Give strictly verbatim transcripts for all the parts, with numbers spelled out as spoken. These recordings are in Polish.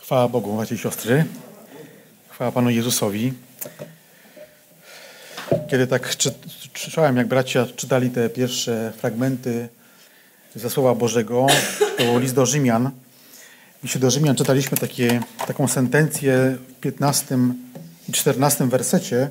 Chwała Bogu, bracia i siostry. Chwała Panu Jezusowi. Kiedy tak czytałem, jak bracia czytali te pierwsze fragmenty ze Słowa Bożego, to był list do Rzymian. I się do Rzymian czytaliśmy takie, taką sentencję w piętnastym i czternastym wersecie.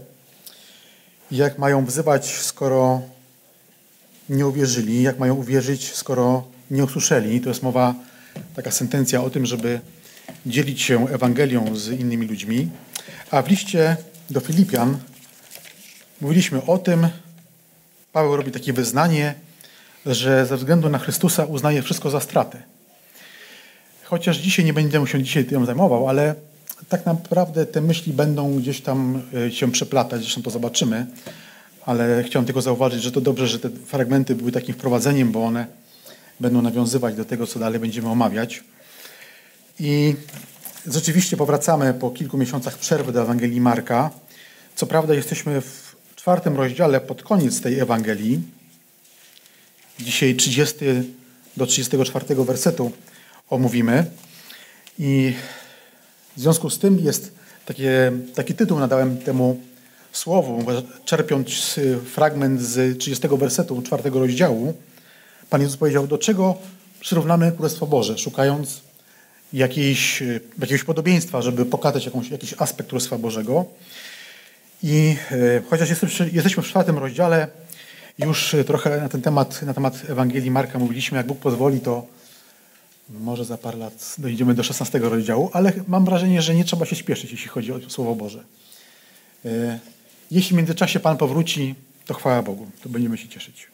Jak mają wzywać, skoro nie uwierzyli? Jak mają uwierzyć, skoro nie usłyszeli? To jest mowa, taka sentencja o tym, żeby dzielić się Ewangelią z innymi ludźmi. A w liście do Filipian mówiliśmy o tym, Paweł robi takie wyznanie, że ze względu na Chrystusa uznaje wszystko za stratę. Chociaż dzisiaj nie będę się dzisiaj tym zajmował, ale tak naprawdę te myśli będą gdzieś tam się przeplatać, zresztą to zobaczymy, ale chciałem tylko zauważyć, że to dobrze, że te fragmenty były takim wprowadzeniem, bo one będą nawiązywać do tego, co dalej będziemy omawiać. I rzeczywiście powracamy po kilku miesiącach przerwy do Ewangelii Marka. Co prawda jesteśmy w czwartym rozdziale pod koniec tej Ewangelii. Dzisiaj trzydziesty do trzydziestego czwartego wersetu omówimy. I w związku z tym jest takie, taki tytuł nadałem temu słowu, czerpiąc fragment z trzydziestego wersetu czwartego rozdziału. Pan Jezus powiedział, do czego przyrównamy Królestwo Boże, szukając jakiejś, jakiegoś podobieństwa, żeby pokazać jakąś, jakiś aspekt Królestwa Bożego. I e, chociaż jesteśmy, jesteśmy w czwartym rozdziale, już trochę na ten temat, na temat Ewangelii Marka mówiliśmy, jak Bóg pozwoli, to może za parę lat dojdziemy do szesnastego rozdziału, ale mam wrażenie, że nie trzeba się śpieszyć, jeśli chodzi o Słowo Boże. E, jeśli w międzyczasie Pan powróci, to chwała Bogu, to będziemy się cieszyć.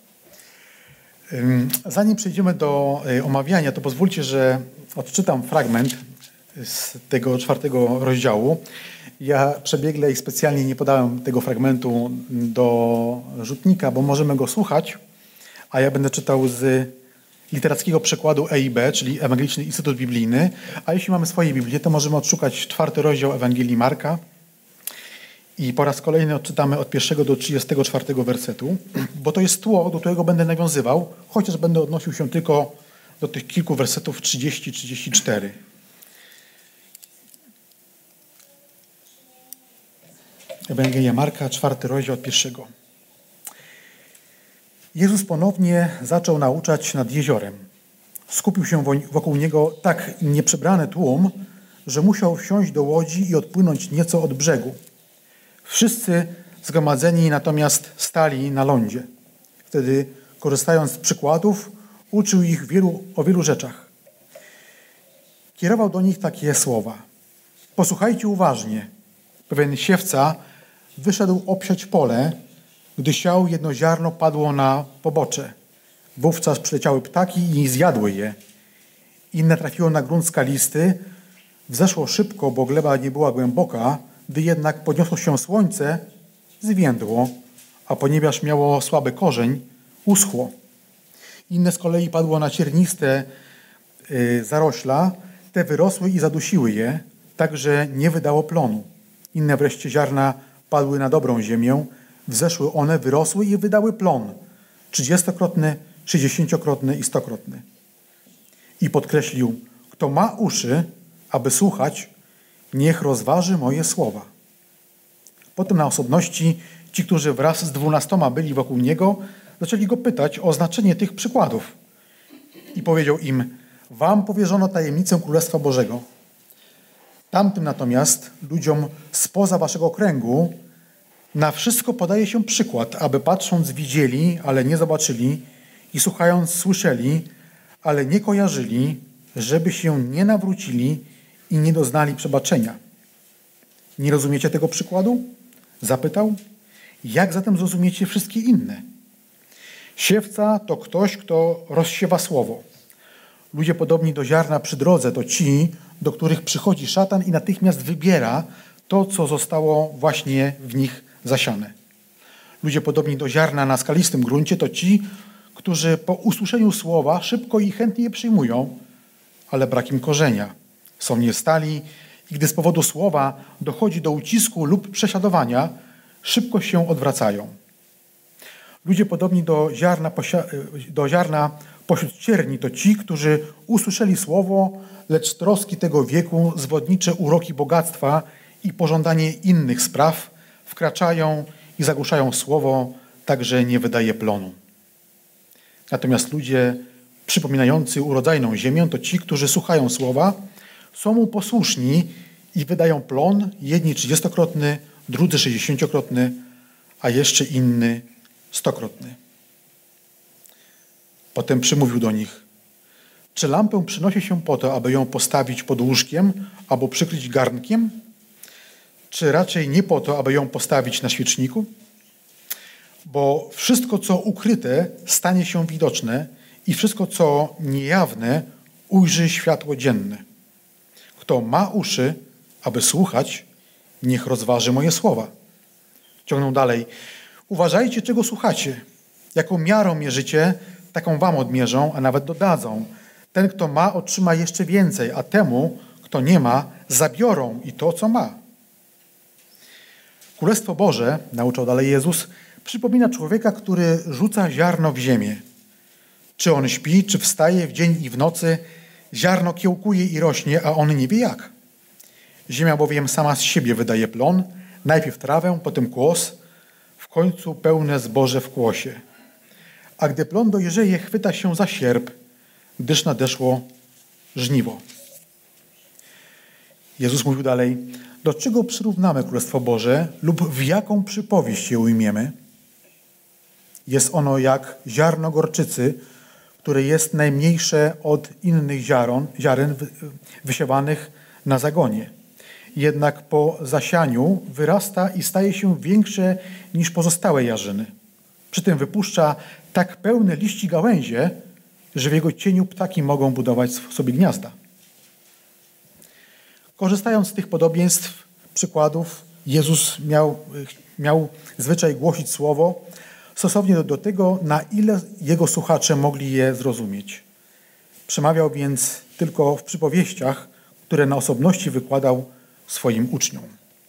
E, zanim przejdziemy do e, omawiania, to pozwólcie, że odczytam fragment z tego czwartego rozdziału. Ja przebiegle i specjalnie nie podałem tego fragmentu do rzutnika, bo możemy go słuchać, a ja będę czytał z literackiego przekładu E I B, czyli Ewangeliczny Instytut Biblijny, a jeśli mamy swoje Biblię, to możemy odszukać czwarty rozdział Ewangelii Marka i po raz kolejny odczytamy od pierwszego do trzydziestego czwartego wersetu, bo to jest tło, do którego będę nawiązywał, chociaż będę odnosił się tylko do tych kilku wersetów trzydzieści trzydzieści cztery. Ewangelia Marka, czwarty rozdział od pierwszego. Jezus ponownie zaczął nauczać nad jeziorem. Skupił się wokół niego tak nieprzebrany tłum, że musiał wsiąść do łodzi i odpłynąć nieco od brzegu. Wszyscy zgromadzeni natomiast stali na lądzie. Wtedy, korzystając z przykładów, uczył ich wielu, o wielu rzeczach. Kierował do nich takie słowa. Posłuchajcie uważnie. Pewien siewca wyszedł obsiać pole, gdy siał, jedno ziarno padło na pobocze. Wówczas przyleciały ptaki i zjadły je. Inne trafiło na grunt skalisty. Wzeszło szybko, bo gleba nie była głęboka, gdy jednak podniosło się słońce, zwiędło, a ponieważ miało słaby korzeń, uschło. Inne z kolei padło na cierniste y, zarośla, te wyrosły i zadusiły je, tak że nie wydało plonu. Inne wreszcie ziarna padły na dobrą ziemię, wzeszły one, wyrosły i wydały plon, trzydziestokrotny, sześćdziesięciokrotny i stokrotny. I podkreślił, kto ma uszy, aby słuchać, niech rozważy moje słowa. Potem na osobności ci, którzy wraz z dwunastoma byli wokół niego, zaczęli go pytać o znaczenie tych przykładów. I powiedział im, wam powierzono tajemnicę Królestwa Bożego. Tamtym natomiast, ludziom spoza waszego kręgu, na wszystko podaje się przykład, aby patrząc widzieli, ale nie zobaczyli i słuchając słyszeli, ale nie kojarzyli, żeby się nie nawrócili i nie doznali przebaczenia. Nie rozumiecie tego przykładu? Zapytał. Jak zatem zrozumiecie wszystkie inne? Siewca to ktoś, kto rozsiewa słowo. Ludzie podobni do ziarna przy drodze to ci, do których przychodzi szatan i natychmiast wybiera to, co zostało właśnie w nich zasiane. Ludzie podobni do ziarna na skalistym gruncie to ci, którzy po usłyszeniu słowa szybko i chętnie je przyjmują, ale brak im korzenia. Są niestali i gdy z powodu słowa dochodzi do ucisku lub prześladowania, szybko się odwracają. Ludzie podobni do ziarna, do ziarna pośród cierni to ci, którzy usłyszeli słowo, lecz troski tego wieku, zwodnicze uroki bogactwa i pożądanie innych spraw wkraczają i zagłuszają słowo, tak że nie wydaje plonu. Natomiast ludzie przypominający urodzajną ziemię to ci, którzy słuchają słowa, są mu posłuszni i wydają plon, jedni trzydziestokrotny, drudzy sześćdziesięciokrotny, a jeszcze inny stokrotny. Potem przymówił do nich: czy lampę przynosi się po to, aby ją postawić pod łóżkiem albo przykryć garnkiem? Czy raczej nie po to, aby ją postawić na świeczniku? Bo wszystko, co ukryte, stanie się widoczne i wszystko, co niejawne, ujrzy światło dzienne. Kto ma uszy, aby słuchać, niech rozważy moje słowa. Ciągną dalej. Uważajcie, czego słuchacie. Jaką miarą mierzycie, taką wam odmierzą, a nawet dodadzą. Ten, kto ma, otrzyma jeszcze więcej, a temu, kto nie ma, zabiorą i to, co ma. Królestwo Boże, nauczał dalej Jezus, przypomina człowieka, który rzuca ziarno w ziemię. Czy on śpi, czy wstaje w dzień i w nocy, ziarno kiełkuje i rośnie, a on nie wie jak. Ziemia bowiem sama z siebie wydaje plon, najpierw trawę, potem kłos, w końcu pełne zboże w kłosie. A gdy plon dojrzeje, chwyta się za sierp, gdyż nadeszło żniwo. Jezus mówił dalej: do czego przyrównamy Królestwo Boże lub w jaką przypowieść je ujmiemy? Jest ono jak ziarno gorczycy, które jest najmniejsze od innych ziaron, ziaren wysiewanych na zagonie. Jednak po zasianiu wyrasta i staje się większe niż pozostałe jarzyny. Przy tym wypuszcza tak pełne liści gałęzie, że w jego cieniu ptaki mogą budować sobie gniazda. Korzystając z tych podobieństw, przykładów, Jezus miał, miał zwyczaj głosić słowo stosownie do, do tego, na ile jego słuchacze mogli je zrozumieć. Przemawiał więc tylko w przypowieściach, które na osobności wykładał swoim uczniom.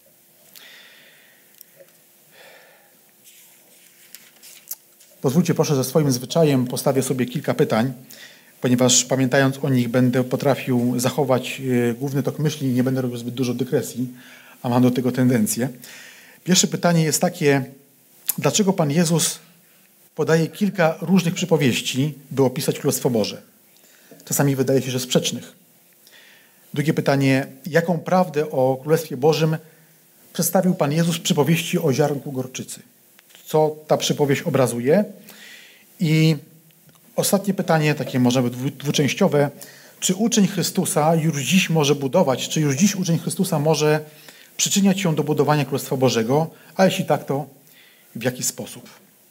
Pozwólcie proszę, że swoim zwyczajem postawię sobie kilka pytań, ponieważ pamiętając o nich będę potrafił zachować główny tok myśli i nie będę robił zbyt dużo dygresji, a mam do tego tendencję. Pierwsze pytanie jest takie: dlaczego Pan Jezus podaje kilka różnych przypowieści, by opisać Królestwo Boże? Czasami wydaje się, że sprzecznych. Drugie pytanie: jaką prawdę o Królestwie Bożym przedstawił Pan Jezus w przypowieści o ziarnku gorczycy? Co ta przypowieść obrazuje? I ostatnie pytanie, takie może być dwuczęściowe: czy uczeń Chrystusa już dziś może budować, czy już dziś uczeń Chrystusa może przyczyniać się do budowania Królestwa Bożego, a jeśli tak, to w jaki sposób?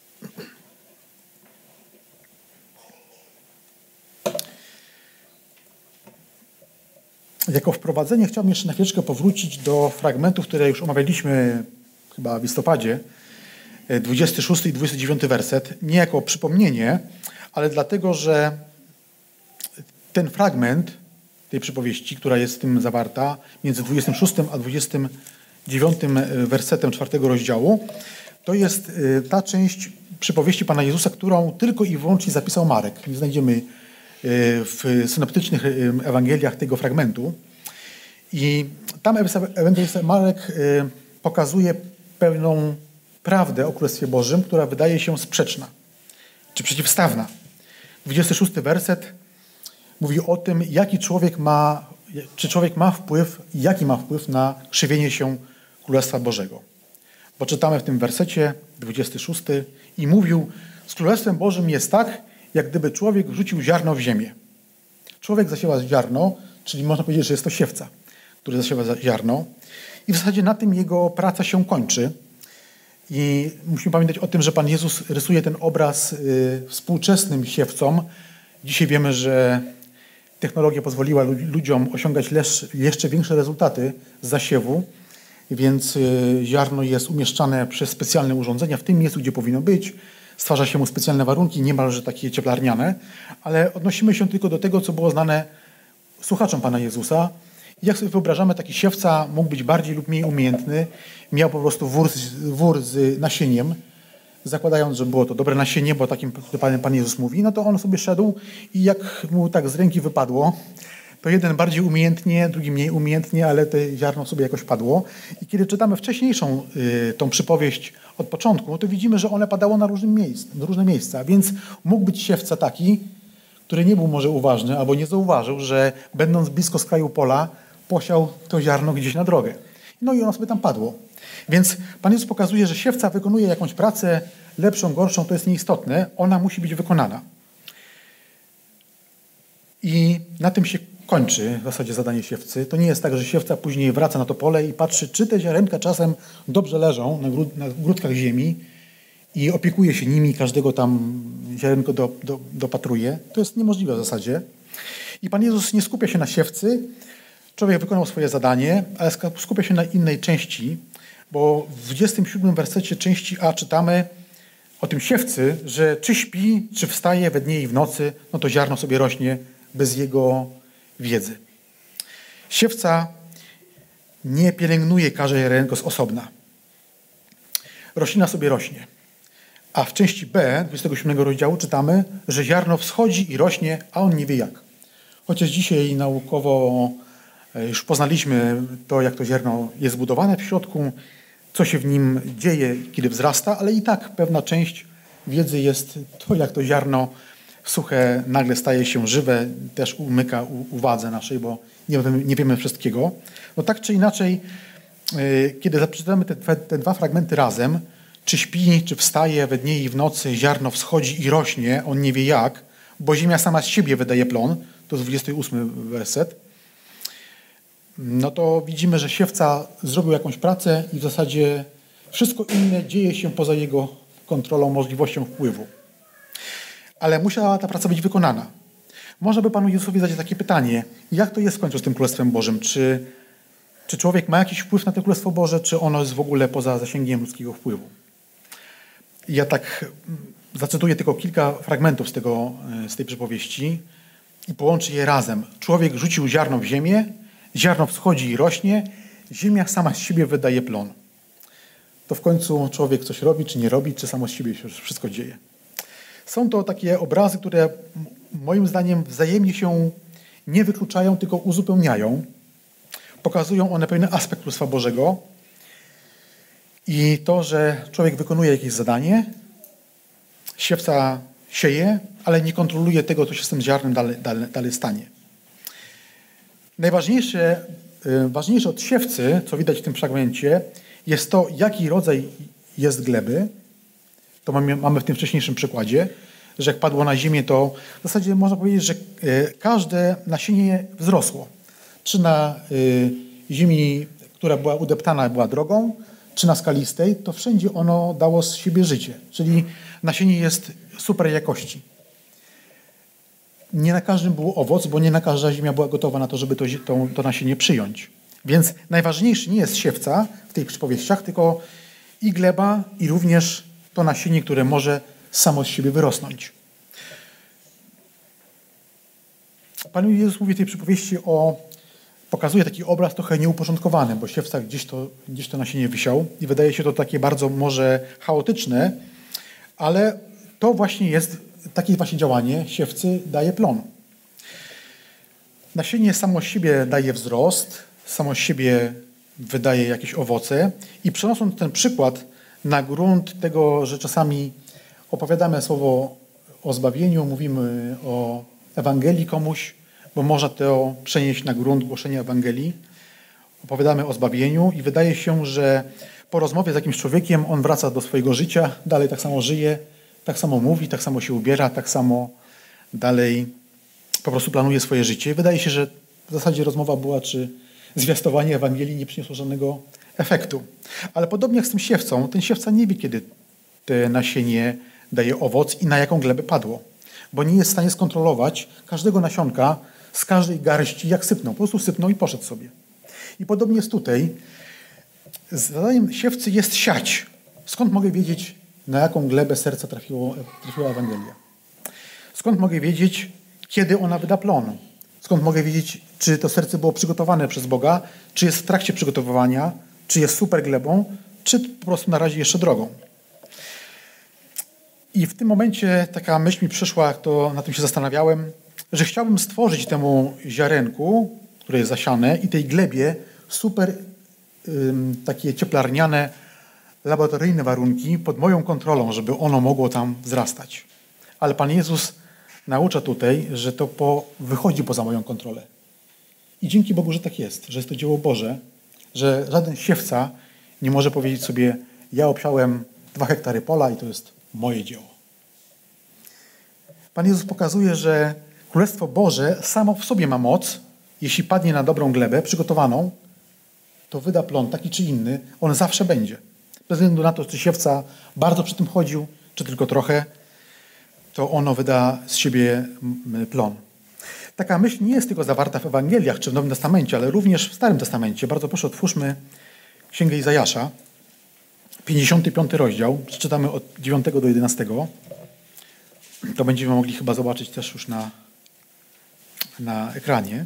Jako wprowadzenie chciałbym jeszcze na chwileczkę powrócić do fragmentów, które już omawialiśmy chyba w listopadzie, dwudziesty szósty i dwudziesty dziewiąty werset. Nie jako przypomnienie, ale dlatego, że ten fragment tej przypowieści, która jest w tym zawarta, między dwudziestym szóstym a dwudziestym dziewiątym wersetem czwartego rozdziału, to jest ta część przypowieści Pana Jezusa, którą tylko i wyłącznie zapisał Marek. Nie znajdziemy w synoptycznych Ewangeliach tego fragmentu. I tam ewangelista Marek pokazuje pewną prawdę o Królestwie Bożym, która wydaje się sprzeczna, czy przeciwstawna. dwudziesty szósty werset mówi o tym, jaki człowiek ma, czy człowiek ma wpływ, jaki ma wpływ na krzywienie się Królestwa Bożego. Bo czytamy w tym wersecie dwudziesty szósty: i mówił: z Królestwem Bożym jest tak, jak gdyby człowiek wrzucił ziarno w ziemię. Człowiek zasiewa ziarno, czyli można powiedzieć, że jest to siewca, który zasiewa ziarno, i w zasadzie na tym jego praca się kończy. I musimy pamiętać o tym, że Pan Jezus rysuje ten obraz y, współczesnym siewcom. Dzisiaj wiemy, że technologia pozwoliła ludziom osiągać lecz, jeszcze większe rezultaty z zasiewu, więc y, ziarno jest umieszczane przez specjalne urządzenia w tym miejscu, gdzie powinno być. Stwarza się mu specjalne warunki, niemalże takie cieplarniane, ale odnosimy się tylko do tego, co było znane słuchaczom Pana Jezusa. I jak sobie wyobrażamy, taki siewca mógł być bardziej lub mniej umiejętny, miał po prostu wór z, wór z nasieniem, zakładając, że było to dobre nasienie, bo takim Pan, Pan Jezus mówi, no to on sobie szedł i jak mu tak z ręki wypadło, to jeden bardziej umiejętnie, drugi mniej umiejętnie, ale to ziarno sobie jakoś padło. I kiedy czytamy wcześniejszą y, tą przypowieść od początku, to widzimy, że one padało na, różnym miejsc, na różne miejsca. Więc mógł być siewca taki, który nie był może uważny, albo nie zauważył, że będąc blisko skraju pola, posiał to ziarno gdzieś na drogę. No i ono sobie tam padło. Więc Pan Jezus pokazuje, że siewca wykonuje jakąś pracę lepszą, gorszą, to jest nieistotne. Ona musi być wykonana. I na tym się kończy w zasadzie zadanie siewcy. To nie jest tak, że siewca później wraca na to pole i patrzy, czy te ziarenka czasem dobrze leżą na, gród, na grudkach ziemi i opiekuje się nimi, każdego tam ziarenko do, do, dopatruje. To jest niemożliwe w zasadzie. I Pan Jezus nie skupia się na siewcy. Człowiek wykonał swoje zadanie, ale skupia się na innej części, bo w dwudziestym siódmym wersecie części A czytamy o tym siewcy, że czy śpi, czy wstaje we dnie i w nocy, no to ziarno sobie rośnie bez jego wiedzy. Siewca nie pielęgnuje każdej ziarenko z osobna. Roślina sobie rośnie. A w części B dwudziestego siódmego rozdziału czytamy, że ziarno wschodzi i rośnie, a on nie wie jak. Chociaż dzisiaj naukowo już poznaliśmy to, jak to ziarno jest zbudowane w środku, co się w nim dzieje, kiedy wzrasta, ale i tak pewna część wiedzy jest to, jak to ziarno suche nagle staje się żywe, też umyka uwadze naszej, bo nie wiemy, nie wiemy wszystkiego. No tak czy inaczej, kiedy zaprzeczytamy te, te dwa fragmenty razem, czy śpi, czy wstaje we dnie i w nocy, ziarno wschodzi i rośnie, on nie wie jak, bo ziemia sama z siebie wydaje plon, to jest dwudziesty ósmy werset, no to widzimy, że siewca zrobił jakąś pracę i w zasadzie wszystko inne dzieje się poza jego kontrolą, możliwością wpływu. Ale musiała ta praca być wykonana. Można by Panu Jezusowi zadać takie pytanie, jak to jest w końcu z tym Królestwem Bożym? Czy, czy człowiek ma jakiś wpływ na to Królestwo Boże, czy ono jest w ogóle poza zasięgiem ludzkiego wpływu? I ja tak zacytuję tylko kilka fragmentów z, tego, z tej przypowieści i połączę je razem. Człowiek rzucił ziarno w ziemię, ziarno wschodzi i rośnie, ziemia sama z siebie wydaje plon. To w końcu człowiek coś robi, czy nie robi, czy samo z siebie się wszystko dzieje. Są to takie obrazy, które moim zdaniem wzajemnie się nie wykluczają, tylko uzupełniają. Pokazują one pewien aspekt Królestwa Bożego i to, że człowiek wykonuje jakieś zadanie, siewca sieje, ale nie kontroluje tego, co się z tym ziarnem dalej, dalej, dalej stanie. Najważniejsze, ważniejsze od siewcy, co widać w tym fragmencie, jest to, jaki rodzaj jest gleby. To mamy, mamy w tym wcześniejszym przykładzie, że jak padło na ziemię, to w zasadzie można powiedzieć, że każde nasienie wzrosło. Czy na ziemi, która była udeptana, była drogą, czy na skalistej, to wszędzie ono dało z siebie życie. Czyli nasienie jest super jakości. Nie na każdym był owoc, bo nie na każda ziemia była gotowa na to, żeby to, to, to nasienie przyjąć. Więc najważniejszy nie jest siewca w tych przypowieściach, tylko i gleba, i również to nasienie, które może samo z siebie wyrosnąć. Pan Jezus mówi w tej przypowieści o, pokazuje taki obraz trochę nieuporządkowany, bo siewca gdzieś to, gdzieś to nasienie wysiał i wydaje się to takie bardzo może chaotyczne, ale to właśnie jest takie właśnie działanie siewcy daje plon. Nasienie samo z siebie daje wzrost, samo z siebie wydaje jakieś owoce i przenosząc ten przykład na grunt tego, że czasami opowiadamy słowo o zbawieniu, mówimy o Ewangelii komuś, bo można to przenieść na grunt głoszenia Ewangelii. Opowiadamy o zbawieniu i wydaje się, że po rozmowie z jakimś człowiekiem on wraca do swojego życia, dalej tak samo żyje, tak samo mówi, tak samo się ubiera, tak samo dalej po prostu planuje swoje życie. Wydaje się, że w zasadzie rozmowa była, czy zwiastowanie Ewangelii nie przyniosło żadnego efektu. Ale podobnie jak z tym siewcą, ten siewca nie wie, kiedy to nasienie daje owoc i na jaką glebę padło. Bo nie jest w stanie skontrolować każdego nasionka z każdej garści, jak sypnął. Po prostu sypnął i poszedł sobie. I podobnie jest tutaj. Zadaniem siewcy jest siać. Skąd mogę wiedzieć, na jaką glebę serca trafiło, trafiła Ewangelia? Skąd mogę wiedzieć, kiedy ona wyda plon? Skąd mogę wiedzieć, czy to serce było przygotowane przez Boga, czy jest w trakcie przygotowywania, czy jest super glebą, czy po prostu na razie jeszcze drogą? I w tym momencie taka myśl mi przyszła, jak to na tym się zastanawiałem, że chciałbym stworzyć temu ziarenku, które jest zasiane, i tej glebie super ym, takie cieplarniane, laboratoryjne warunki pod moją kontrolą, żeby ono mogło tam wzrastać. Ale Pan Jezus naucza tutaj, że to po, wychodzi poza moją kontrolę. I dzięki Bogu, że tak jest, że jest to dzieło Boże, że żaden siewca nie może powiedzieć sobie, ja obsiałem dwa hektary pola i to jest moje dzieło. Pan Jezus pokazuje, że Królestwo Boże samo w sobie ma moc. Jeśli padnie na dobrą glebę, przygotowaną, to wyda plon taki czy inny, on zawsze będzie. Bez względu na to, czy siewca bardzo przy tym chodził, czy tylko trochę, to ono wyda z siebie plon. Taka myśl nie jest tylko zawarta w Ewangeliach czy w Nowym Testamencie, ale również w Starym Testamencie. Bardzo proszę, otwórzmy Księgę Izajasza, pięćdziesiąty piąty rozdział. Przeczytamy od dziewiątego do jedenastego. To będziemy mogli chyba zobaczyć też już na, na ekranie.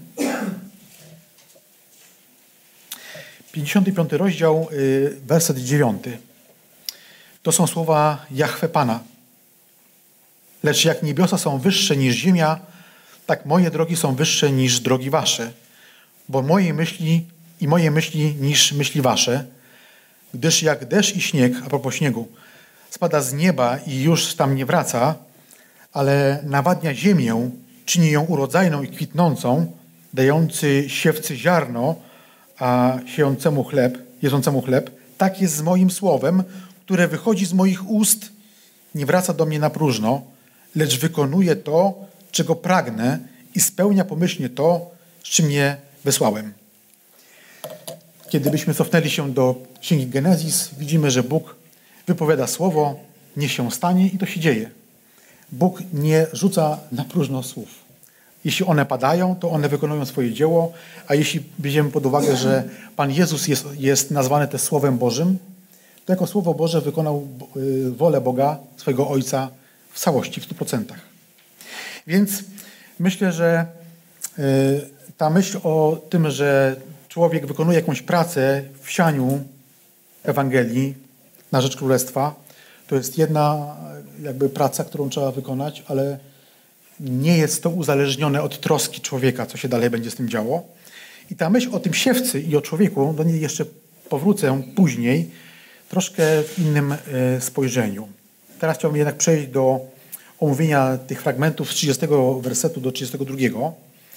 pięćdziesiąty piąty rozdział, werset dziewiąty. To są słowa Jahwe Pana. Lecz jak niebiosa są wyższe niż ziemia, tak moje drogi są wyższe niż drogi wasze, bo moje myśli i moje myśli niż myśli wasze, gdyż jak deszcz i śnieg, a propos śniegu, spada z nieba i już tam nie wraca, ale nawadnia ziemię, czyni ją urodzajną i kwitnącą, dający siewcy ziarno, a siejącemu chleb, jedzącemu chleb, tak jest z moim słowem, które wychodzi z moich ust, nie wraca do mnie na próżno, lecz wykonuje to, czego pragnę i spełnia pomyślnie to, z czym je wysłałem. Kiedy byśmy cofnęli się do Księgi Genezis, widzimy, że Bóg wypowiada słowo, niech się stanie i to się dzieje. Bóg nie rzuca na próżno słów. Jeśli one padają, to one wykonują swoje dzieło, a jeśli bierzemy pod uwagę, że Pan Jezus jest, jest nazwany też Słowem Bożym, to jako Słowo Boże wykonał wolę Boga, swojego Ojca w całości, w stu procentach. Więc myślę, że ta myśl o tym, że człowiek wykonuje jakąś pracę w sianiu Ewangelii na rzecz Królestwa, to jest jedna jakby praca, którą trzeba wykonać, ale nie jest to uzależnione od troski człowieka, co się dalej będzie z tym działo. I ta myśl o tym siewcy i o człowieku, do niej jeszcze powrócę później, troszkę w innym spojrzeniu. Teraz chciałbym jednak przejść do omówienia tych fragmentów z trzydziestego wersetu do trzydziestego drugiego.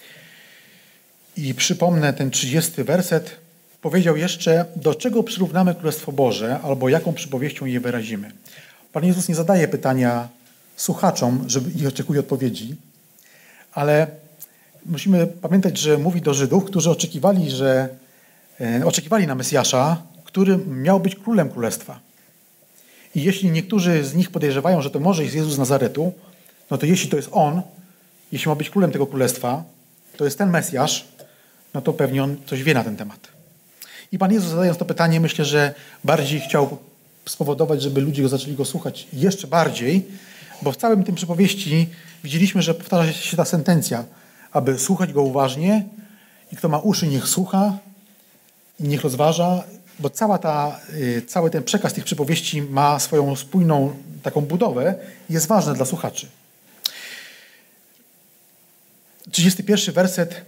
I przypomnę ten trzydziesty werset. Powiedział jeszcze, do czego przyrównamy Królestwo Boże, albo jaką przypowieścią je wyrazimy. Pan Jezus nie zadaje pytania słuchaczom, żeby i oczekuje odpowiedzi, ale musimy pamiętać, że mówi do Żydów, którzy oczekiwali, że e, oczekiwali na Mesjasza, który miał być królem królestwa. I jeśli niektórzy z nich podejrzewają, że to może jest Jezus z Nazaretu, no to jeśli to jest On, jeśli ma być królem tego królestwa, to jest ten Mesjasz, no to pewnie on coś wie na ten temat. I Pan Jezus, zadając to pytanie, myślę, że bardziej chciał spowodować, żeby ludzie go zaczęli go słuchać jeszcze bardziej, bo w całym tym przypowieści widzieliśmy, że powtarza się ta sentencja, aby słuchać go uważnie i kto ma uszy, niech słucha i niech rozważa, bo cała ta, cały ten przekaz tych przypowieści ma swoją spójną taką budowę i jest ważny dla słuchaczy. trzydziesty pierwszy werset.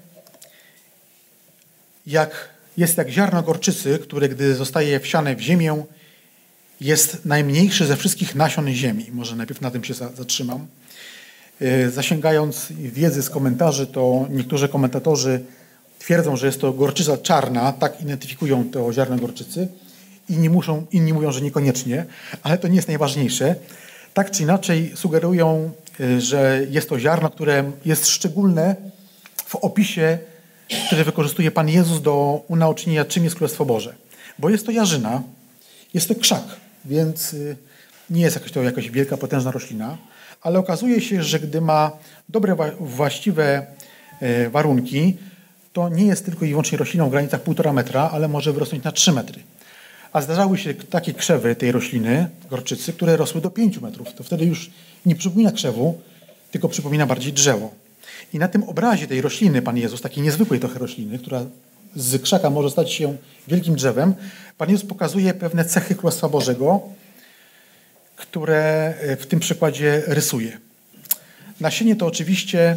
Jak, jest jak ziarno gorczycy, które gdy zostaje wsiane w ziemię, jest najmniejszy ze wszystkich nasion ziemi. Może najpierw na tym się zatrzymam. Zasięgając wiedzy z komentarzy, to niektórzy komentatorzy twierdzą, że jest to gorczyca czarna, tak identyfikują to ziarno gorczycy. Inni, muszą, inni mówią, że niekoniecznie, ale to nie jest najważniejsze. Tak czy inaczej sugerują, że jest to ziarno, które jest szczególne w opisie, który wykorzystuje Pan Jezus do unaocznienia, czym jest Królestwo Boże. Bo jest to jarzyna, jest to krzak, więc nie jest jakaś to jakaś wielka, potężna roślina, ale okazuje się, że gdy ma dobre, właściwe warunki, to nie jest tylko i wyłącznie rośliną w granicach półtora metra, ale może wyrosnąć na trzy metry. A zdarzały się takie krzewy tej rośliny, gorczycy, które rosły do pięciu metrów. To wtedy już nie przypomina krzewu, tylko przypomina bardziej drzewo. I na tym obrazie tej rośliny Pan Jezus, takiej niezwykłej trochę rośliny, która z krzaka może stać się wielkim drzewem, Pan Jezus pokazuje pewne cechy Królestwa Bożego, które w tym przykładzie rysuje. Nasienie to oczywiście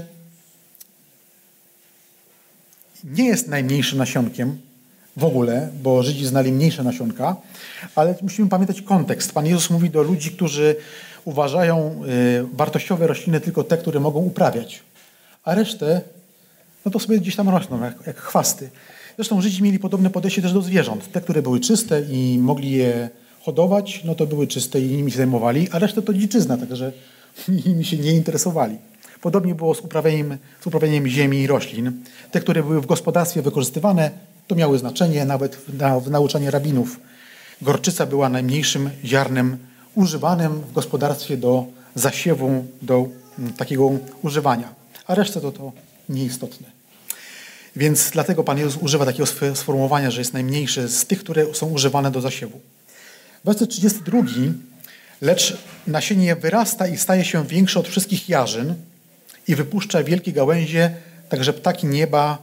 nie jest najmniejszym nasionkiem w ogóle, bo Żydzi znali mniejsze nasionka, ale musimy pamiętać kontekst. Pan Jezus mówi do ludzi, którzy uważają wartościowe rośliny tylko te, które mogą uprawiać, a resztę no to sobie gdzieś tam rosną, jak, jak chwasty. Zresztą Żydzi mieli podobne podejście też do zwierząt. Te, które były czyste i mogli je hodować, no to były czyste i nimi się zajmowali, a resztę to dziczyzna, także nimi się nie interesowali. Podobnie było z uprawieniem, z uprawieniem ziemi i roślin. Te, które były w gospodarstwie wykorzystywane, to miały znaczenie, nawet w, na, w nauczaniu rabinów. Gorczyca była najmniejszym ziarnem używanym w gospodarstwie do zasiewu, do m, takiego używania, a resztę to to nieistotne. Więc dlatego Pan Jezus używa takiego sformułowania, że jest najmniejszy z tych, które są używane do zasiewu. Werset trzydziesty drugi. Lecz nasienie wyrasta i staje się większe od wszystkich jarzyn i wypuszcza wielkie gałęzie, tak że ptaki nieba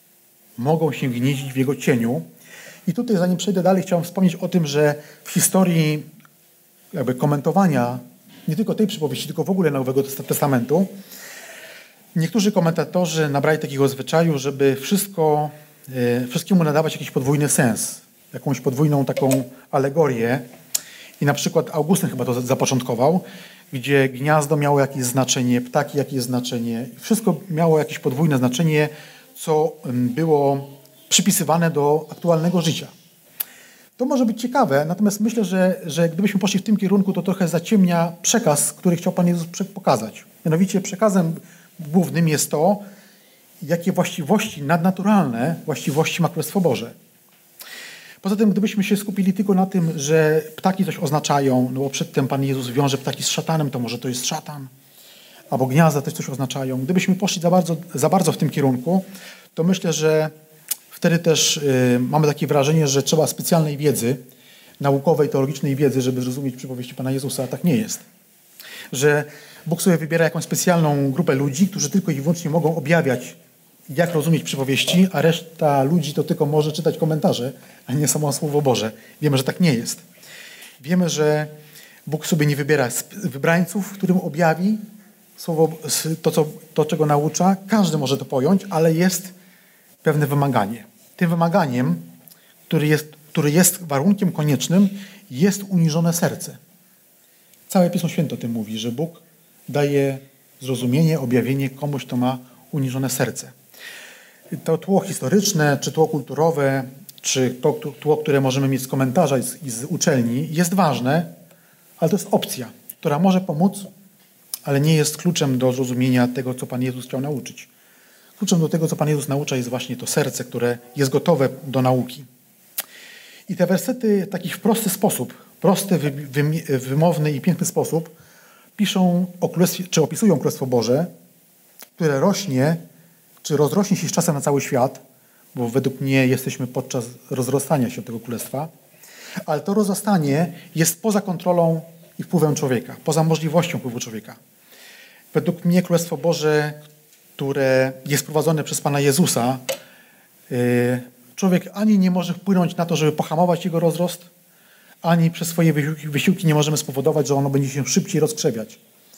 mogą się gnieździć w jego cieniu. I tutaj, zanim przejdę dalej, chciałem wspomnieć o tym, że w historii jakby komentowania nie tylko tej przypowieści, tylko w ogóle Nowego Testamentu, niektórzy komentatorzy nabrali takiego zwyczaju, żeby wszystko, wszystkiemu nadawać jakiś podwójny sens, jakąś podwójną taką alegorię. I na przykład Augustyn chyba to zapoczątkował, gdzie gniazdo miało jakieś znaczenie, ptaki jakieś znaczenie. Wszystko miało jakieś podwójne znaczenie, co było przypisywane do aktualnego życia. To może być ciekawe, natomiast myślę, że, że gdybyśmy poszli w tym kierunku, to trochę zaciemnia przekaz, który chciał Pan Jezus pokazać. Mianowicie przekazem głównym jest to, jakie właściwości nadnaturalne, właściwości ma Królestwo Boże. Poza tym, gdybyśmy się skupili tylko na tym, że ptaki coś oznaczają, no bo przedtem Pan Jezus wiąże ptaki z szatanem, to może to jest szatan, albo gniazda też coś oznaczają. Gdybyśmy poszli za bardzo, za bardzo w tym kierunku, to myślę, że wtedy też y, mamy takie wrażenie, że trzeba specjalnej wiedzy, naukowej, teologicznej wiedzy, żeby zrozumieć przypowieści Pana Jezusa, a tak nie jest. Że Bóg sobie wybiera jakąś specjalną grupę ludzi, którzy tylko i wyłącznie mogą objawiać, jak rozumieć przypowieści, a reszta ludzi to tylko może czytać komentarze, a nie samo Słowo Boże. Wiemy, że tak nie jest. Wiemy, że Bóg sobie nie wybiera wybrańców, którym objawi słowo, to, co, to, czego naucza. Każdy może to pojąć, ale jest pewne wymaganie. Tym wymaganiem, który jest, który jest warunkiem koniecznym, jest uniżone serce. Całe Pismo Święte o tym mówi, że Bóg daje zrozumienie, objawienie komuś, kto ma uniżone serce. To tło historyczne, czy tło kulturowe, czy to tło, które możemy mieć z komentarza i z, i z uczelni, jest ważne, ale to jest opcja, która może pomóc, ale nie jest kluczem do zrozumienia tego, co Pan Jezus chciał nauczyć. Kluczem do tego, co Pan Jezus naucza, jest właśnie to serce, które jest gotowe do nauki. I te wersety w taki w prosty sposób, prosty, wymowny i piękny sposób piszą o królestwie, czy opisują Królestwo Boże, które rośnie, czy rozrośnie się z czasem na cały świat, bo według mnie jesteśmy podczas rozrastania się tego królestwa, ale to rozrastanie jest poza kontrolą i wpływem człowieka, poza możliwością wpływu człowieka. Według mnie Królestwo Boże, które jest prowadzone przez Pana Jezusa, człowiek ani nie może wpłynąć na to, żeby pohamować jego rozrost, ani przez swoje wysiłki nie możemy spowodować, że ono będzie się szybciej rozkrzewiać.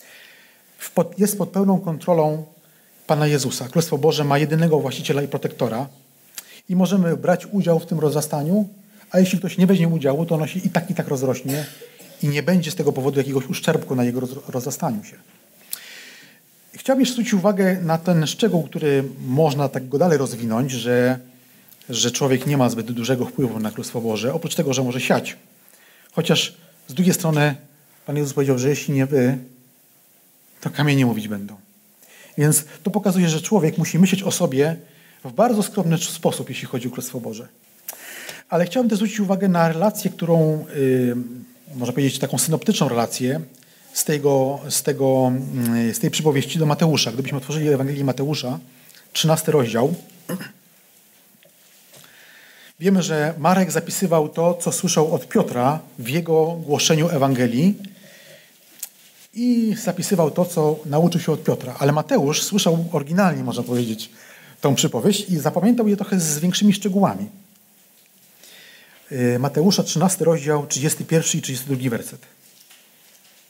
Jest pod pełną kontrolą Pana Jezusa. Królestwo Boże ma jedynego właściciela i protektora i możemy brać udział w tym rozrastaniu, a jeśli ktoś nie weźmie udziału, to ono się i tak, i tak rozrośnie i nie będzie z tego powodu jakiegoś uszczerbku na jego rozrastaniu się. Chciałbym jeszcze zwrócić uwagę na ten szczegół, który można tak go dalej rozwinąć, że, że człowiek nie ma zbyt dużego wpływu na Królestwo Boże, oprócz tego, że może siać. Chociaż z drugiej strony Pan Jezus powiedział, że jeśli nie wy, to kamienie mówić będą. Więc to pokazuje, że człowiek musi myśleć o sobie w bardzo skromny sposób, jeśli chodzi o Królestwo Boże. Ale chciałbym też zwrócić uwagę na relację, którą, yy, można powiedzieć, taką synoptyczną relację z, tego, z, tego, yy, z tej przypowieści do Mateusza. Gdybyśmy otworzyli Ewangelię Mateusza, trzynasty rozdział, wiemy, że Marek zapisywał to, co słyszał od Piotra w jego głoszeniu Ewangelii i zapisywał to, co nauczył się od Piotra. Ale Mateusz słyszał oryginalnie, można powiedzieć, tą przypowieść i zapamiętał je trochę z większymi szczegółami. Mateusza, trzynasty rozdział, trzydziesty pierwszy i trzydziesty drugi werset.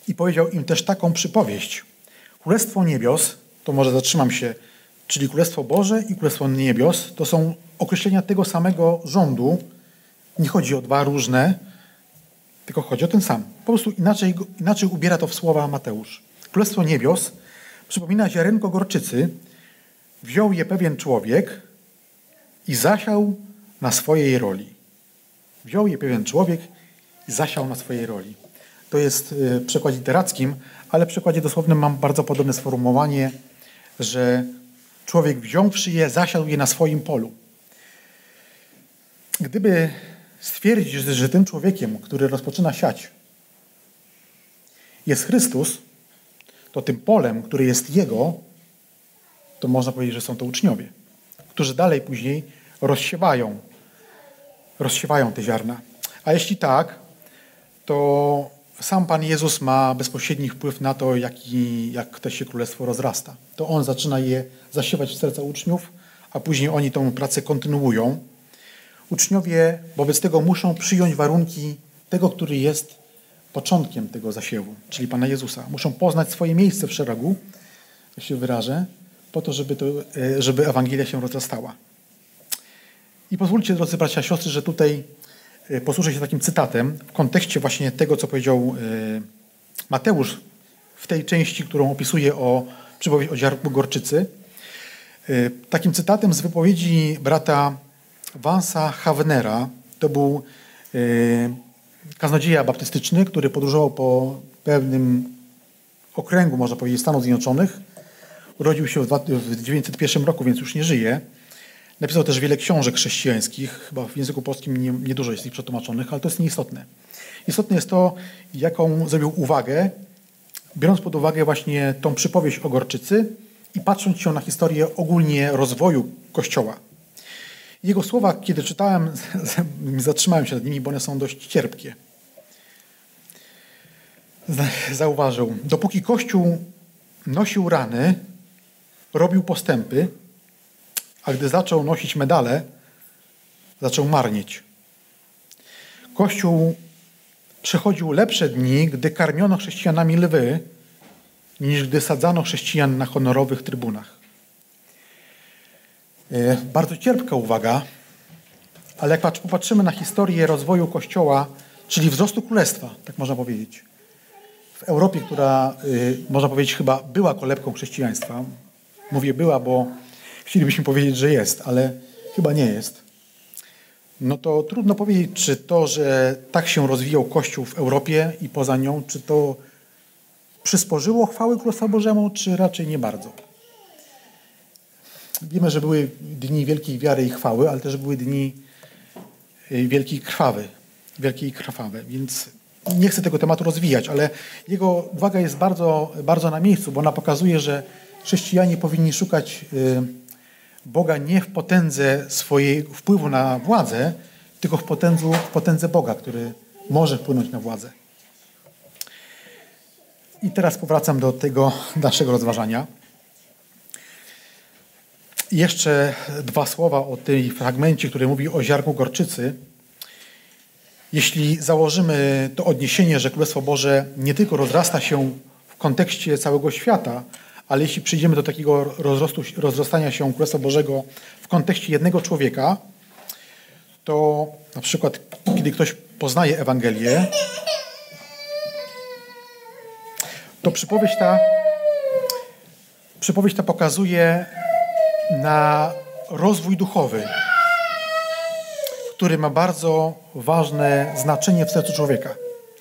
I powiedział im też taką przypowieść. Królestwo niebios, to może zatrzymam się, czyli Królestwo Boże i Królestwo Niebios, to są określenia tego samego rządu. Nie chodzi o dwa różne, tylko chodzi o ten sam. Po prostu inaczej, inaczej ubiera to w słowa Mateusz. Królestwo Niebios przypomina ziarenko gorczycy. Wziął je pewien człowiek i zasiał na swojej roli. Wziął je pewien człowiek i zasiał na swojej roli. To jest w przekładzie literackim, ale w przekładzie dosłownym mam bardzo podobne sformułowanie, że człowiek wziąwszy je, zasiadł je na swoim polu. Gdyby stwierdzić, że tym człowiekiem, który rozpoczyna siać, jest Chrystus, to tym polem, który jest Jego, to można powiedzieć, że są to uczniowie, którzy dalej później rozsiewają, rozsiewają te ziarna. A jeśli tak, to sam Pan Jezus ma bezpośredni wpływ na to, jaki, jak to się królestwo rozrasta. To On zaczyna je zasiewać w serca uczniów, a później oni tą pracę kontynuują. Uczniowie wobec tego muszą przyjąć warunki tego, który jest początkiem tego zasiewu, czyli Pana Jezusa. Muszą poznać swoje miejsce w szeregu, jak się wyrażę, po to, żeby, to, żeby Ewangelia się rozrastała. I pozwólcie, drodzy bracia i siostry, że tutaj posłużę się takim cytatem w kontekście właśnie tego, co powiedział Mateusz w tej części, którą opisuje o przypowieść o ziarnku gorczycy. Takim cytatem z wypowiedzi brata Vansa Havenera. To był kaznodzieja baptystyczny, który podróżował po pewnym okręgu, można powiedzieć, Stanów Zjednoczonych. Urodził się w tysiąc dziewięćset pierwszym roku, więc już nie żyje. Napisał też wiele książek chrześcijańskich. Chyba w języku polskim nie, nie dużo jest ich przetłumaczonych, ale to jest nieistotne. Istotne jest to, jaką zrobił uwagę, biorąc pod uwagę właśnie tą przypowieść o gorczycy i patrząc się na historię ogólnie rozwoju Kościoła. Jego słowa, kiedy czytałem, zatrzymałem się nad nimi, bo one są dość cierpkie. Zauważył, dopóki Kościół nosił rany, robił postępy, a gdy zaczął nosić medale, zaczął marnieć. Kościół przechodził lepsze dni, gdy karmiono chrześcijanami lwy, niż gdy sadzano chrześcijan na honorowych trybunach. Bardzo cierpka uwaga, ale jak popatrzymy na historię rozwoju Kościoła, czyli wzrostu Królestwa, tak można powiedzieć, w Europie, która, można powiedzieć, chyba była kolebką chrześcijaństwa. Mówię była, bo chcielibyśmy powiedzieć, że jest, ale chyba nie jest. No to trudno powiedzieć, czy to, że tak się rozwijał Kościół w Europie i poza nią, czy to przysporzyło chwały Królestwa Bożemu, czy raczej nie bardzo. Wiemy, że były dni wielkiej wiary i chwały, ale też były dni wielkiej krwawy, wielkiej krwawy, więc nie chcę tego tematu rozwijać, ale jego uwaga jest bardzo, bardzo na miejscu, bo ona pokazuje, że chrześcijanie powinni szukać Boga nie w potędze swojej wpływu na władzę, tylko w potędze, w potędze Boga, który może wpłynąć na władzę. I teraz powracam do tego naszego rozważania. Jeszcze dwa słowa o tej fragmencie, który mówi o ziarnku gorczycy. Jeśli założymy to odniesienie, że Królestwo Boże nie tylko rozrasta się w kontekście całego świata, ale jeśli przyjdziemy do takiego rozrostu, rozrastania się Królestwa Bożego w kontekście jednego człowieka, to na przykład, kiedy ktoś poznaje Ewangelię, to przypowieść ta, przypowieść ta pokazuje na rozwój duchowy, który ma bardzo ważne znaczenie w sercu człowieka.